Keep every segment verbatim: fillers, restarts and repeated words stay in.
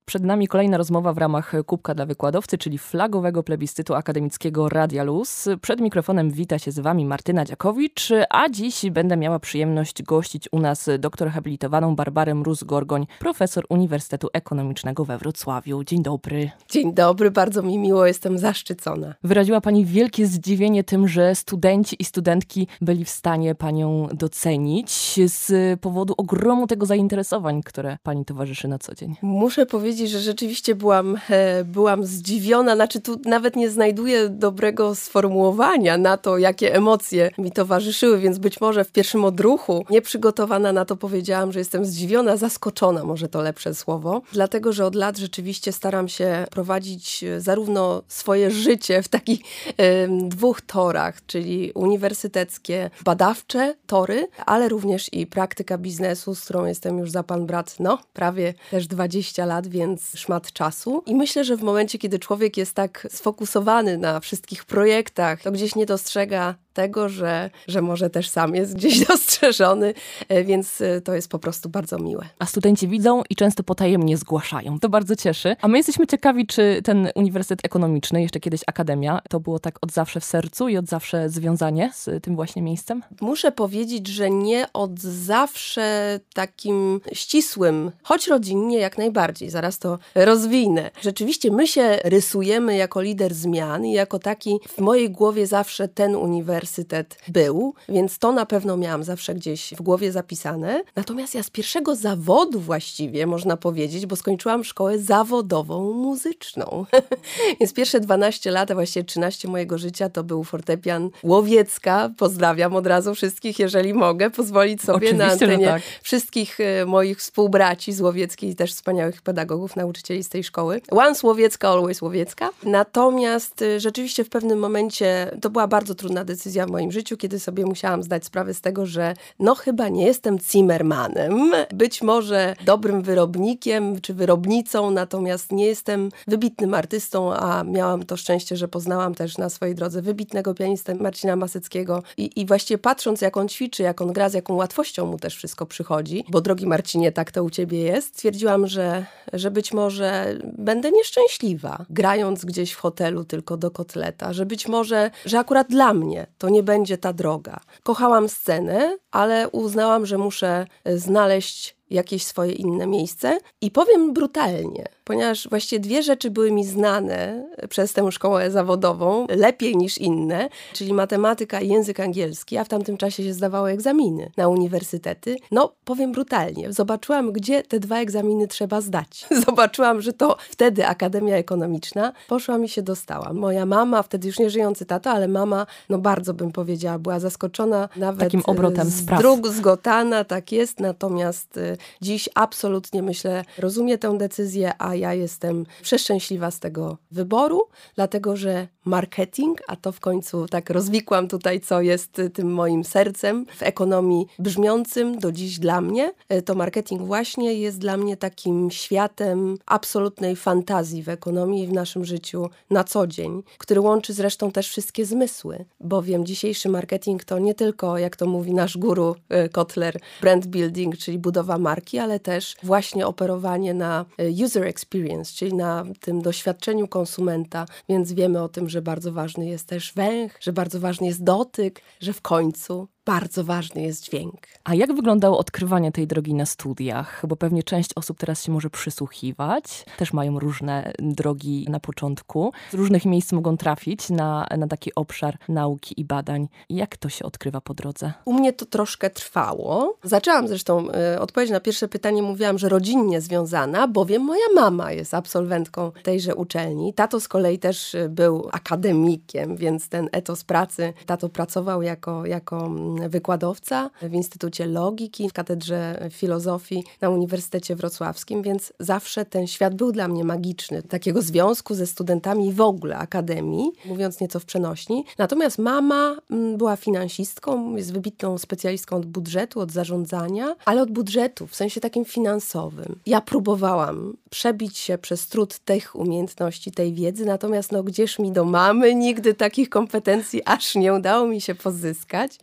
Przed nami kolejna rozmowa w ramach Kubka dla Wykładowcy, czyli flagowego plebiscytu akademickiego Radia Luz. Przed mikrofonem wita się z Wami Martyna Dziakowicz, a dziś będę miała przyjemność gościć u nas doktor habilitowaną Barbarę Mróz-Gorgoń, profesor Uniwersytetu Ekonomicznego we Wrocławiu. Dzień dobry. Dzień dobry, bardzo mi miło, jestem zaszczycona. Wyraziła Pani wielkie zdziwienie tym, że studenci i studentki byli w stanie Panią docenić z powodu ogromu tego zainteresowań, które Pani towarzyszy na co dzień. Muszę powiedzieć, że rzeczywiście byłam, e, byłam zdziwiona, znaczy tu nawet nie znajduję dobrego sformułowania na to, jakie emocje mi towarzyszyły, więc być może w pierwszym odruchu, nieprzygotowana na to, powiedziałam, że jestem zdziwiona, zaskoczona, może to lepsze słowo, dlatego, że od lat rzeczywiście staram się prowadzić zarówno swoje życie w takich e, dwóch torach, czyli uniwersyteckie, badawcze tory, ale również i praktyka biznesu, z którą jestem już za pan brat, no, prawie też dwadzieścia lat, więc szmat czasu. I myślę, że w momencie, kiedy człowiek jest tak sfokusowany na wszystkich projektach, to gdzieś nie dostrzega tego, że, że może też sam jest gdzieś dostrzeżony, więc to jest po prostu bardzo miłe. A studenci widzą i często potajemnie zgłaszają. To bardzo cieszy. A my jesteśmy ciekawi, czy ten Uniwersytet Ekonomiczny, jeszcze kiedyś Akademia, to było tak od zawsze w sercu i od zawsze związanie z tym właśnie miejscem? Muszę powiedzieć, że nie od zawsze takim ścisłym, choć rodzinnie jak najbardziej. Zaraz to rozwinę. Rzeczywiście my się rysujemy jako lider zmian i jako taki w mojej głowie zawsze ten uniwersytet był, więc to na pewno miałam zawsze gdzieś w głowie zapisane. Natomiast ja z pierwszego zawodu właściwie, można powiedzieć, bo skończyłam szkołę zawodową muzyczną. Więc pierwsze dwanaście lat, a właściwie trzynaście mojego życia to był fortepian Łowiecka. Pozdrawiam od razu wszystkich, jeżeli mogę pozwolić sobie Oczywiście, na antenie tak. wszystkich moich współbraci z Łowieckiej i też wspaniałych pedagogów, nauczycieli z tej szkoły. Once Łowiecka, always Łowiecka. Natomiast rzeczywiście w pewnym momencie to była bardzo trudna decyzja w moim życiu, kiedy sobie musiałam zdać sprawę z tego, że no chyba nie jestem Zimmermanem, być może dobrym wyrobnikiem czy wyrobnicą, natomiast nie jestem wybitnym artystą, a miałam to szczęście, że poznałam też na swojej drodze wybitnego pianistę Marcina Maseckiego i, i właściwie patrząc, jak on ćwiczy, jak on gra, z jaką łatwością mu też wszystko przychodzi, bo drogi Marcinie, tak to u ciebie jest, stwierdziłam, że, że być może będę nieszczęśliwa, grając gdzieś w hotelu tylko do kotleta, że być może, że akurat dla mnie to nie będzie ta droga. Kochałam scenę, ale uznałam, że muszę znaleźć jakieś swoje inne miejsce i powiem brutalnie, ponieważ właściwie dwie rzeczy były mi znane przez tę szkołę zawodową, lepiej niż inne, czyli matematyka i język angielski, a w tamtym czasie się zdawało egzaminy na uniwersytety. No, powiem brutalnie, zobaczyłam, gdzie te dwa egzaminy trzeba zdać. Zobaczyłam, że to wtedy Akademia Ekonomiczna, poszłam i się dostałam. Moja mama, wtedy już nie żyjący tato, ale mama, no bardzo bym powiedziała, była zaskoczona nawet takim obrotem z spraw. dróg zgotana, tak jest, natomiast dziś absolutnie, myślę, rozumie tę decyzję, a ja jestem przeszczęśliwa z tego wyboru, dlatego że marketing, a to w końcu tak rozwikłam tutaj, co jest tym moim sercem w ekonomii brzmiącym do dziś dla mnie, to marketing właśnie jest dla mnie takim światem absolutnej fantazji w ekonomii i w naszym życiu na co dzień, który łączy zresztą też wszystkie zmysły, bowiem dzisiejszy marketing to nie tylko, jak to mówi nasz guru Kotler, brand building, czyli budowa marki, ale też właśnie operowanie na user experience, czyli na tym doświadczeniu konsumenta, więc wiemy o tym, że bardzo ważny jest też węch, że bardzo ważny jest dotyk, że w końcu bardzo ważny jest dźwięk. A jak wyglądało odkrywanie tej drogi na studiach? Bo pewnie część osób teraz się może przysłuchiwać. Też mają różne drogi na początku. Z różnych miejsc mogą trafić na, na taki obszar nauki i badań. Jak to się odkrywa po drodze? U mnie to troszkę trwało. Zaczęłam zresztą y, odpowiedź na pierwsze pytanie. Mówiłam, że rodzinnie związana, bowiem moja mama jest absolwentką tejże uczelni. Tato z kolei też był akademikiem, więc ten etos pracy, tato pracował jako, jako wykładowca w Instytucie Logiki, w Katedrze Filozofii na Uniwersytecie Wrocławskim, więc zawsze ten świat był dla mnie magiczny. Takiego związku ze studentami i w ogóle akademii, mówiąc nieco w przenośni. Natomiast mama była finansistką, jest wybitną specjalistką od budżetu, od zarządzania, ale od budżetu, w sensie takim finansowym. Ja próbowałam przebić się przez trud tych umiejętności, tej wiedzy, natomiast no gdzież mi do mamy, nigdy takich kompetencji aż nie udało mi się pozyskać. Tutaj geny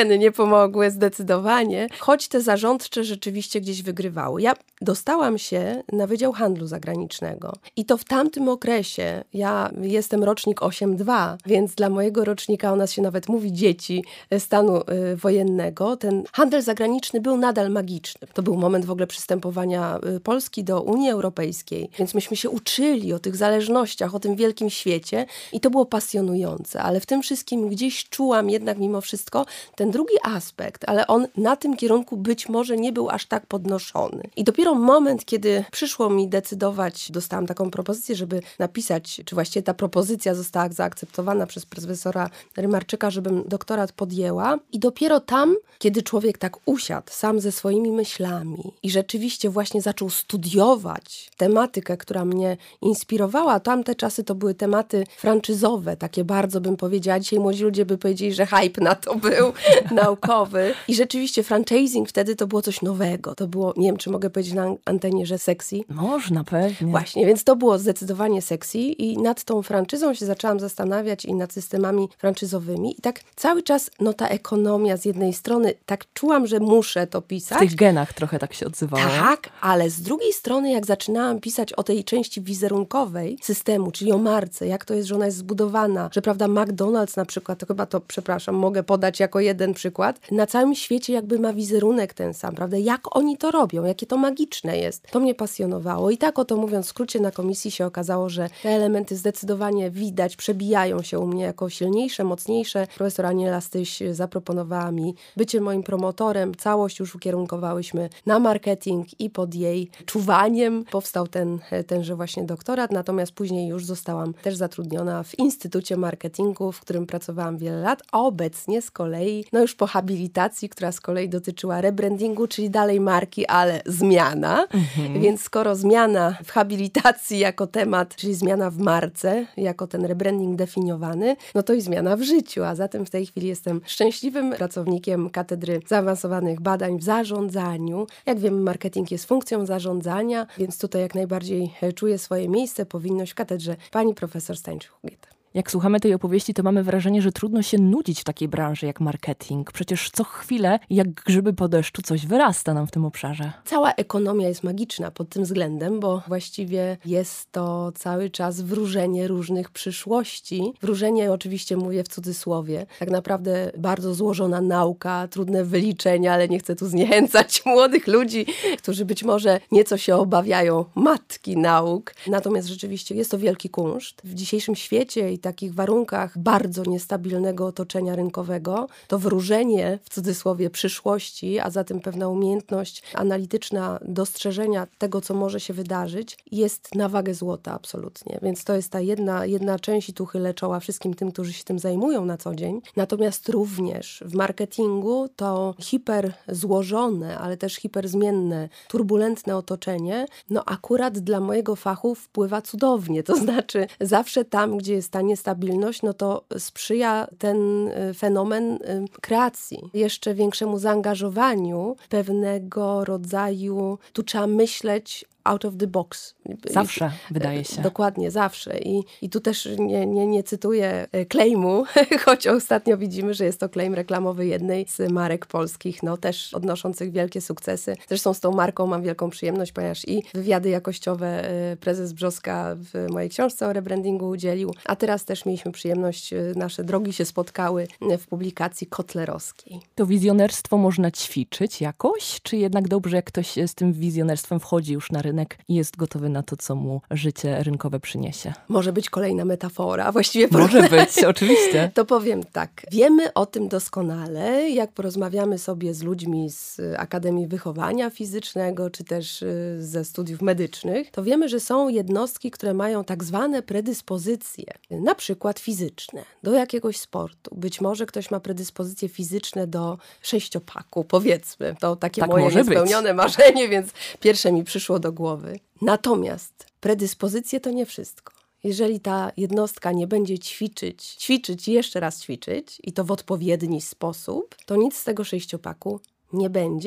zmiany nie pomogły zdecydowanie, choć te zarządcze rzeczywiście gdzieś wygrywały. Ja dostałam się na Wydział Handlu Zagranicznego i to w tamtym okresie, ja jestem rocznik osiem dwa, więc dla mojego rocznika, u nas się nawet mówi dzieci stanu y, wojennego, ten handel zagraniczny był nadal magiczny. To był moment w ogóle przystępowania y, Polski do Unii Europejskiej, więc myśmy się uczyli o tych zależnościach, o tym wielkim świecie i to było pasjonujące, ale w tym wszystkim gdzieś czułam jednak mimo wszystko ten drugi aspekt, ale on na tym kierunku być może nie był aż tak podnoszony. I dopiero moment, kiedy przyszło mi decydować, dostałam taką propozycję, żeby napisać, czy właściwie ta propozycja została zaakceptowana przez profesora Rymarczyka, żebym doktorat podjęła. I dopiero tam, kiedy człowiek tak usiadł sam ze swoimi myślami i rzeczywiście właśnie zaczął studiować tematykę, która mnie inspirowała, tamte czasy to były tematy franczyzowe, takie bardzo bym powiedziała, dzisiaj młodzi ludzie by powiedzieli, że hype na to był naukowy. I rzeczywiście franchising wtedy to było coś nowego. To było, nie wiem, czy mogę powiedzieć na antenie, że sexy. Można, pewnie. Właśnie, więc to było zdecydowanie sexy i nad tą franczyzą się zaczęłam zastanawiać i nad systemami franczyzowymi. I tak cały czas, no ta ekonomia z jednej strony, tak czułam, że muszę to pisać. W tych genach trochę tak się odzywało. Tak, ale z drugiej strony, jak zaczynałam pisać o tej części wizerunkowej systemu, czyli o marce, jak to jest, że ona jest zbudowana, że prawda, McDonald's na przykład, to chyba to, przepraszam, mogę podać jako jeden przykład, na całym świecie jakby ma wizerunek ten sam, prawda, jak oni to robią, jakie to magiczne jest. To mnie pasjonowało i tak oto mówiąc w skrócie na komisji się okazało, że te elementy zdecydowanie widać, przebijają się u mnie jako silniejsze, mocniejsze. Profesor Aniela Styś zaproponowała mi bycie moim promotorem, całość już ukierunkowałyśmy na marketing i pod jej czuwaniem powstał ten, tenże właśnie doktorat, natomiast później już zostałam też zatrudniona w Instytucie Marketingu, w którym pracowałam wiele lat, a obecnie z kolei, no już po habilitacji, która z kolei dotyczyła rebrandingu, czyli dalej marki, ale zmiana. Mhm. Więc skoro zmiana w habilitacji jako temat, czyli zmiana w marce, jako ten rebranding definiowany, no to i zmiana w życiu, a zatem w tej chwili jestem szczęśliwym pracownikiem Katedry Zaawansowanych Badań w Zarządzaniu. Jak wiemy, marketing jest funkcją zarządzania, więc tutaj jak najbardziej czuję swoje miejsce, powinność w katedrze pani profesor Stańczyk-Hugieta. Jak słuchamy tej opowieści, to mamy wrażenie, że trudno się nudzić w takiej branży jak marketing. Przecież co chwilę, jak grzyby po deszczu, coś wyrasta nam w tym obszarze. Cała ekonomia jest magiczna pod tym względem, bo właściwie jest to cały czas wróżenie różnych przyszłości. Wróżenie oczywiście mówię w cudzysłowie. Tak naprawdę bardzo złożona nauka, trudne wyliczenia, ale nie chcę tu zniechęcać młodych ludzi, którzy być może nieco się obawiają matki nauk. Natomiast rzeczywiście jest to wielki kunszt. W dzisiejszym świecie i takich warunkach bardzo niestabilnego otoczenia rynkowego, to wróżenie w cudzysłowie przyszłości, a zatem pewna umiejętność analityczna dostrzeżenia tego, co może się wydarzyć, jest na wagę złota absolutnie. Więc to jest ta jedna, jedna część i tu chylę czoła wszystkim tym, którzy się tym zajmują na co dzień. Natomiast również w marketingu to hiperzłożone, ale też hiperzmienne, turbulentne otoczenie, no akurat dla mojego fachu wpływa cudownie. To znaczy zawsze tam, gdzie jest ta niestabilność, no to sprzyja ten fenomen kreacji, jeszcze większemu zaangażowaniu, pewnego rodzaju, tu trzeba myśleć out of the box. Zawsze, wydaje się. Dokładnie, zawsze. I, i tu też nie, nie, nie cytuję claimu, choć ostatnio widzimy, że jest to claim reklamowy jednej z marek polskich, no też odnoszących wielkie sukcesy. Zresztą z tą marką mam wielką przyjemność, ponieważ i wywiady jakościowe prezes Brzoska w mojej książce o rebrandingu udzielił, a teraz też mieliśmy przyjemność, nasze drogi się spotkały w publikacji kotlerowskiej. To wizjonerstwo można ćwiczyć jakoś? Czy jednak dobrze, jak ktoś z tym wizjonerstwem wchodzi już na rynek i jest gotowy na to, co mu życie rynkowe przyniesie? Może być kolejna metafora, właściwie może być, oczywiście. To powiem tak, wiemy o tym doskonale, jak porozmawiamy sobie z ludźmi z Akademii Wychowania Fizycznego, czy też ze studiów medycznych, to wiemy, że są jednostki, które mają tak zwane predyspozycje, na przykład fizyczne, do jakiegoś sportu. Być może ktoś ma predyspozycje fizyczne do sześciopaku, powiedzmy. To takie tak moje niespełnione być. marzenie, więc pierwsze mi przyszło do głowy. Natomiast predyspozycje to nie wszystko. Jeżeli ta jednostka nie będzie ćwiczyć, ćwiczyć i jeszcze raz ćwiczyć i to w odpowiedni sposób, to nic z tego sześciopaku nie będzie,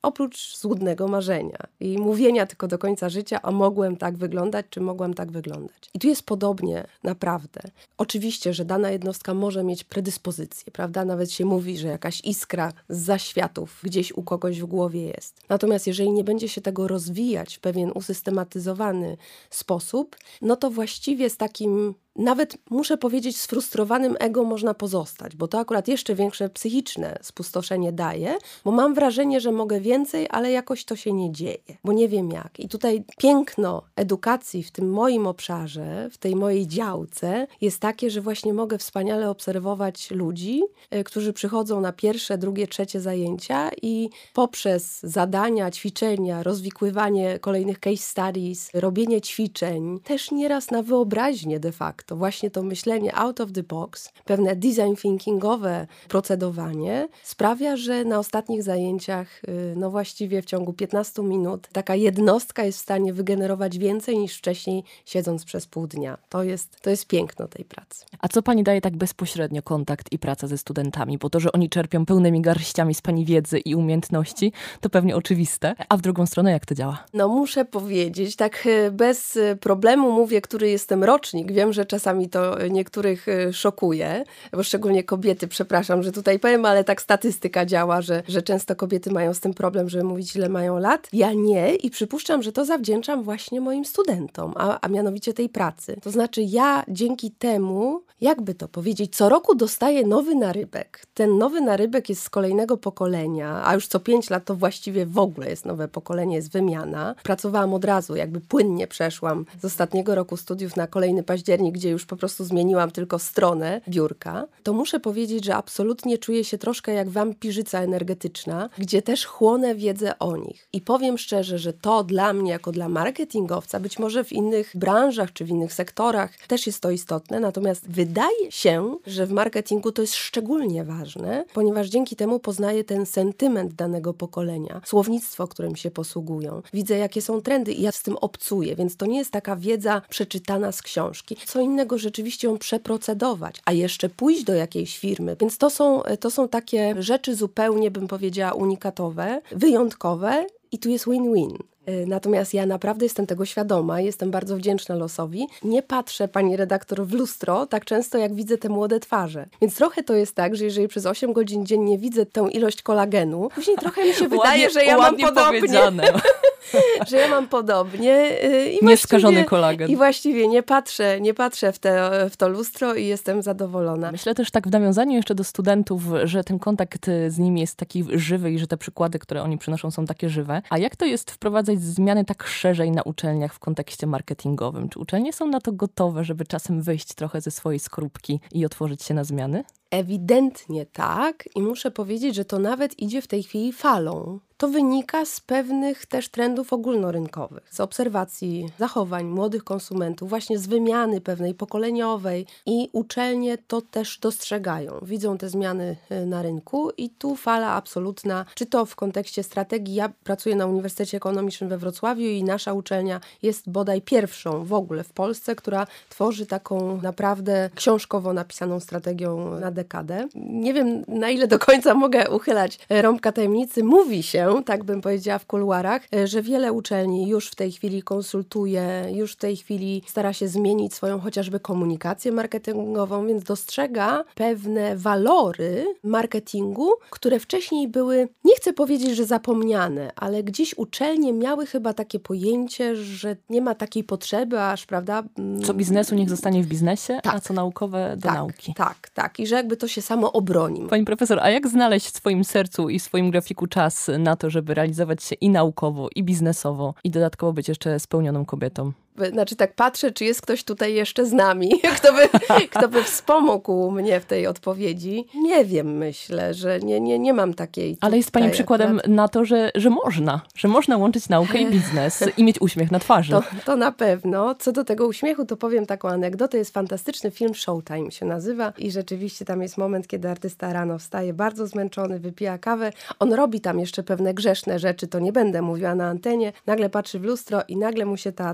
oprócz złudnego marzenia i mówienia tylko do końca życia, a mogłem tak wyglądać, czy mogłam tak wyglądać. I tu jest podobnie, naprawdę. Oczywiście, że dana jednostka może mieć predyspozycję, prawda? Nawet się mówi, że jakaś iskra z zaświatów gdzieś u kogoś w głowie jest. Natomiast jeżeli nie będzie się tego rozwijać w pewien usystematyzowany sposób, no to właściwie z takim, nawet muszę powiedzieć, sfrustrowanym ego można pozostać, bo to akurat jeszcze większe psychiczne spustoszenie daje, bo mam wrażenie, że mogę więcej, ale jakoś to się nie dzieje, bo nie wiem jak. I tutaj piękno edukacji w tym moim obszarze, w tej mojej działce jest takie, że właśnie mogę wspaniale obserwować ludzi, y, którzy przychodzą na pierwsze, drugie, trzecie zajęcia i poprzez zadania, ćwiczenia, rozwikływanie kolejnych case studies, robienie ćwiczeń, też nieraz na wyobraźnię de facto, to właśnie to myślenie out of the box, pewne design thinkingowe procedowanie sprawia, że na ostatnich zajęciach, no właściwie w ciągu piętnastu minut, taka jednostka jest w stanie wygenerować więcej niż wcześniej siedząc przez pół dnia. To jest, to jest piękno tej pracy. A co pani daje tak bezpośrednio kontakt i praca ze studentami? Bo to, że oni czerpią pełnymi garściami z pani wiedzy i umiejętności, to pewnie oczywiste. A w drugą stronę jak to działa? No muszę powiedzieć, tak bez problemu mówię, który jestem rocznik. Wiem, że czasami to niektórych szokuje, bo szczególnie kobiety, przepraszam, że tutaj powiem, ale tak statystyka działa, że, że często kobiety mają z tym problem, żeby mówić, ile mają lat. Ja nie i przypuszczam, że to zawdzięczam właśnie moim studentom, a, a mianowicie tej pracy. To znaczy ja dzięki temu, jakby to powiedzieć, co roku dostaję nowy narybek. Ten nowy narybek jest z kolejnego pokolenia, a już co pięć lat to właściwie w ogóle jest nowe pokolenie, jest wymiana. Pracowałam od razu, jakby płynnie przeszłam z ostatniego roku studiów na kolejny październik, gdzie już po prostu zmieniłam tylko stronę biurka, to muszę powiedzieć, że absolutnie czuję się troszkę jak wampirzyca energetyczna, gdzie też chłonę wiedzę o nich. I powiem szczerze, że to dla mnie, jako dla marketingowca, być może w innych branżach czy w innych sektorach też jest to istotne, natomiast wydaje się, że w marketingu to jest szczególnie ważne, ponieważ dzięki temu poznaję ten sentyment danego pokolenia, słownictwo, którym się posługują. Widzę, jakie są trendy i ja z tym obcuję, więc to nie jest taka wiedza przeczytana z książki. Co innego rzeczywiście ją przeprocedować, a jeszcze pójść do jakiejś firmy. Więc to są, to są takie rzeczy zupełnie, bym powiedziała, unikatowe, wyjątkowe i tu jest win-win. Natomiast ja naprawdę jestem tego świadoma, jestem bardzo wdzięczna losowi. Nie patrzę, pani redaktor, w lustro tak często, jak widzę te młode twarze. Więc trochę to jest tak, że jeżeli przez osiem godzin dziennie widzę tę ilość kolagenu, później trochę mi się wydaje, że ja mam podobnie. że ja mam podobnie. I Nieskażony kolagen. I właściwie nie patrzę, nie patrzę w, te, w to lustro i jestem zadowolona. Myślę też tak w nawiązaniu jeszcze do studentów, że ten kontakt z nimi jest taki żywy i że te przykłady, które oni przynoszą, są takie żywe. A jak to jest wprowadzać zmiany tak szerzej na uczelniach w kontekście marketingowym? Czy uczelnie są na to gotowe, żeby czasem wyjść trochę ze swojej skorupki i otworzyć się na zmiany? Ewidentnie tak i muszę powiedzieć, że to nawet idzie w tej chwili falą. To wynika z pewnych też trendów ogólnorynkowych, z obserwacji zachowań młodych konsumentów, właśnie z wymiany pewnej pokoleniowej i uczelnie to też dostrzegają. Widzą te zmiany na rynku i tu fala absolutna, czy to w kontekście strategii. Ja pracuję na Uniwersytecie Ekonomicznym we Wrocławiu i nasza uczelnia jest bodaj pierwszą w ogóle w Polsce, która tworzy taką naprawdę książkowo napisaną strategią na dekadę. Nie wiem, na ile do końca mogę uchylać rąbka tajemnicy. Mówi się, tak bym powiedziała w kuluarach, że wiele uczelni już w tej chwili konsultuje, już w tej chwili stara się zmienić swoją chociażby komunikację marketingową, więc dostrzega pewne walory marketingu, które wcześniej były, nie chcę powiedzieć, że zapomniane, ale gdzieś uczelnie miały chyba takie pojęcie, że nie ma takiej potrzeby, aż, prawda? Co biznesu niech zostanie w biznesie, tak, a co naukowe do tak, nauki. Tak, tak. I że jakby to się samo obroni. Pani profesor, a jak znaleźć w swoim sercu i w swoim grafiku czas na to, żeby realizować się i naukowo, i biznesowo, i dodatkowo być jeszcze spełnioną kobietą? Znaczy tak patrzę, czy jest ktoś tutaj jeszcze z nami, kto by, kto by wspomógł mnie w tej odpowiedzi. Nie wiem, myślę, że nie, nie, nie mam takiej... Ale jest pani przykładem akurat na to, że, że można, że można łączyć naukę i biznes i mieć uśmiech na twarzy. To, to na pewno. Co do tego uśmiechu, to powiem taką anegdotę. Jest fantastyczny film, Showtime się nazywa i rzeczywiście tam jest moment, kiedy artysta rano wstaje bardzo zmęczony, wypija kawę. On robi tam jeszcze pewne grzeszne rzeczy, to nie będę mówiła na antenie. Nagle patrzy w lustro i nagle mu się ta twarz zmęczona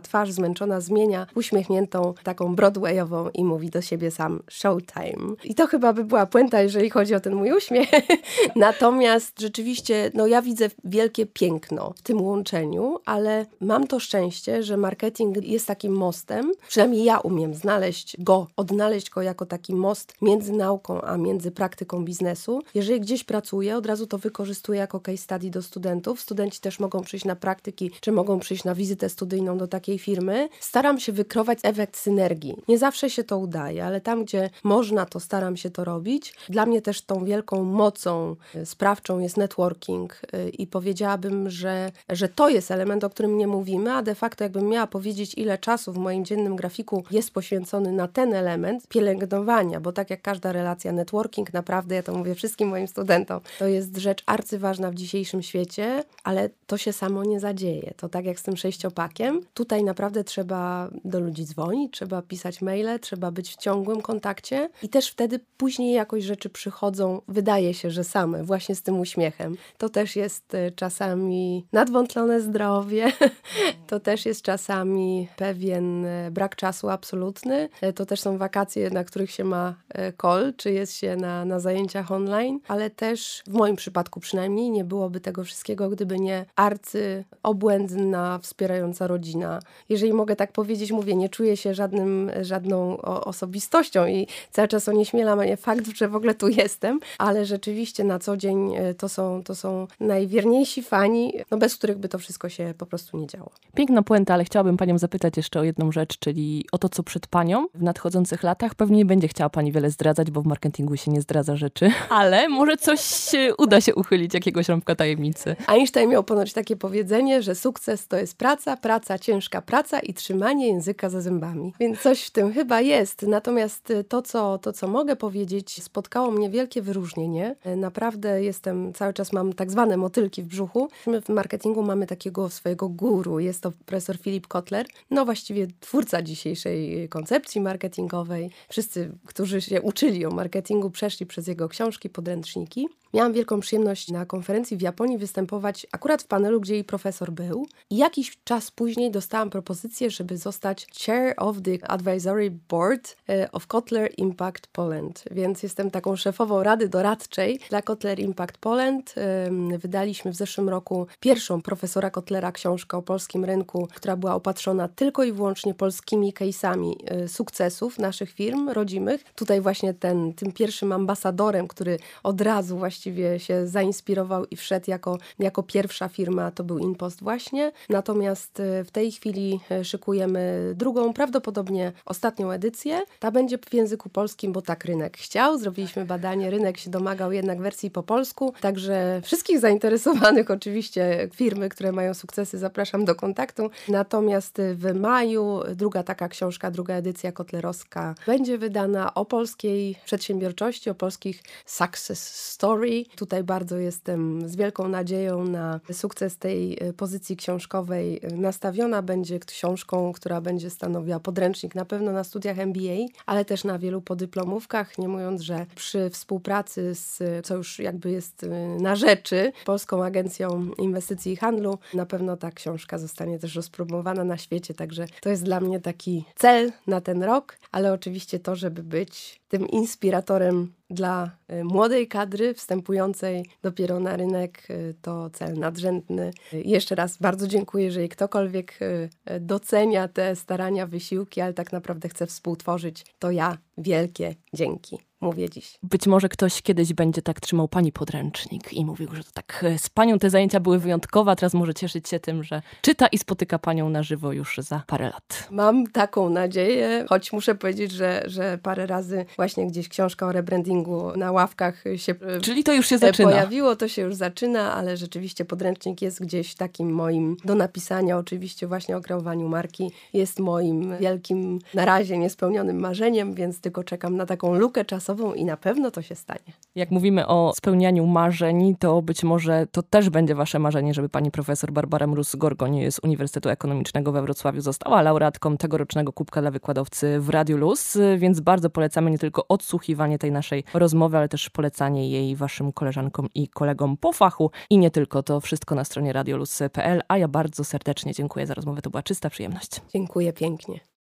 zmęczona, zmienia uśmiechniętą, taką broadwayową i mówi do siebie sam showtime. I to chyba by była puenta, jeżeli chodzi o ten mój uśmiech. Natomiast rzeczywiście, no ja widzę wielkie piękno w tym łączeniu, ale mam to szczęście, że marketing jest takim mostem, przynajmniej ja umiem znaleźć go, odnaleźć go jako taki most między nauką, a między praktyką biznesu. Jeżeli gdzieś pracuję, od razu to wykorzystuję jako case study do studentów. Studenci też mogą przyjść na praktyki, czy mogą przyjść na wizytę studyjną do takiej firmy. Staram się wykrować efekt synergii. Nie zawsze się to udaje, ale tam, gdzie można, to staram się to robić. Dla mnie też tą wielką mocą sprawczą jest networking i powiedziałabym, że, że to jest element, o którym nie mówimy, a de facto jakbym miała powiedzieć, ile czasu w moim dziennym grafiku jest poświęcony na ten element pielęgnowania, bo tak jak każda relacja, networking naprawdę, ja to mówię wszystkim moim studentom, to jest rzecz arcyważna w dzisiejszym świecie, ale to się samo nie zadzieje. To tak jak z tym sześciopakiem. Tutaj naprawdę trzeba do ludzi dzwonić, trzeba pisać maile, trzeba być w ciągłym kontakcie i też wtedy później jakoś rzeczy przychodzą, wydaje się, że same, właśnie z tym uśmiechem. To też jest czasami nadwątlone zdrowie, to też jest czasami pewien brak czasu absolutny, to też są wakacje, na których się ma call, czy jest się na, na zajęciach online, ale też w moim przypadku przynajmniej nie byłoby tego wszystkiego, gdyby nie arcyobłędna, wspierająca rodzina. Jeżeli mogę tak powiedzieć, mówię, nie czuję się żadnym, żadną osobistością i cały czas onieśmiela mnie fakt, że w ogóle tu jestem, ale rzeczywiście na co dzień to są, to są najwierniejsi fani, no bez których by to wszystko się po prostu nie działo. Piękna puenta, ale chciałabym panią zapytać jeszcze o jedną rzecz, czyli o to, co przed panią w nadchodzących latach. Pewnie nie będzie chciała pani wiele zdradzać, bo w marketingu się nie zdradza rzeczy, ale może coś uda się uchylić, jakiegoś rąbka tajemnicy. Einstein miał ponoć takie powiedzenie, że sukces to jest praca, praca, ciężka praca i trzymanie języka za zębami. Więc coś w tym chyba jest. Natomiast to, co, to, co mogę powiedzieć, spotkało mnie wielkie wyróżnienie. Naprawdę jestem, cały czas mam tak zwane motylki w brzuchu. My w marketingu mamy takiego swojego guru. Jest to profesor Philip Kotler. No właściwie twórca dzisiejszej koncepcji marketingowej. Wszyscy, którzy się uczyli o marketingu, przeszli przez jego książki, podręczniki. Miałam wielką przyjemność na konferencji w Japonii występować akurat w panelu, gdzie jej profesor był. I jakiś czas później dostałam propozycję, żeby zostać Chair of the Advisory Board of Kotler Impact Poland. Więc jestem taką szefową rady doradczej dla Kotler Impact Poland. Wydaliśmy w zeszłym roku pierwszą profesora Kotlera książkę o polskim rynku, która była opatrzona tylko i wyłącznie polskimi case'ami sukcesów naszych firm rodzimych. Tutaj właśnie ten, tym pierwszym ambasadorem, który od razu właśnie właściwie się zainspirował i wszedł jako, jako pierwsza firma, to był InPost właśnie. Natomiast w tej chwili szykujemy drugą, prawdopodobnie ostatnią edycję. Ta będzie w języku polskim, bo tak rynek chciał. Zrobiliśmy badanie, rynek się domagał jednak wersji po polsku. Także wszystkich zainteresowanych oczywiście firmy, które mają sukcesy, zapraszam do kontaktu. Natomiast w maju druga taka książka, druga edycja kotlerowska będzie wydana o polskiej przedsiębiorczości, o polskich success story. Tutaj bardzo jestem z wielką nadzieją na sukces tej pozycji książkowej nastawiona. Będzie książką, która będzie stanowiła podręcznik na pewno na studiach M B A, ale też na wielu podyplomówkach, nie mówiąc, że przy współpracy z, co już jakby jest na rzeczy, Polską Agencją Inwestycji i Handlu, na pewno ta książka zostanie też rozpromowana na świecie, także to jest dla mnie taki cel na ten rok, ale oczywiście to, żeby być tym inspiratorem dla młodej kadry wstępującej dopiero na rynek, to cel nadrzędny. Jeszcze raz bardzo dziękuję, jeżeli ktokolwiek docenia te starania, wysiłki, ale tak naprawdę chce współtworzyć, to ja wielkie dzięki mówię dziś. Być może ktoś kiedyś będzie tak trzymał pani podręcznik i mówił, że to tak z panią te zajęcia były wyjątkowe, a teraz może cieszyć się tym, że czyta i spotyka panią na żywo już za parę lat. Mam taką nadzieję, choć muszę powiedzieć, że, że parę razy właśnie gdzieś książka o rebrandingu na ławkach się Czyli to już się zaczyna. pojawiło, to się już zaczyna, ale rzeczywiście podręcznik jest gdzieś takim moim do napisania, oczywiście właśnie o kreowaniu marki, jest moim wielkim, na razie niespełnionym marzeniem, więc tylko czekam na taką lukę czasową, sobą i na pewno to się stanie. Jak mówimy o spełnianiu marzeń, to być może to też będzie wasze marzenie, żeby pani profesor Barbara Mróz-Gorgoń z Uniwersytetu Ekonomicznego we Wrocławiu została laureatką tegorocznego Kubka dla Wykładowcy w Radiu Luz, więc bardzo polecamy nie tylko odsłuchiwanie tej naszej rozmowy, ale też polecanie jej waszym koleżankom i kolegom po fachu i nie tylko. To wszystko na stronie radioluz kropka p l, a ja bardzo serdecznie dziękuję za rozmowę. To była czysta przyjemność. Dziękuję pięknie.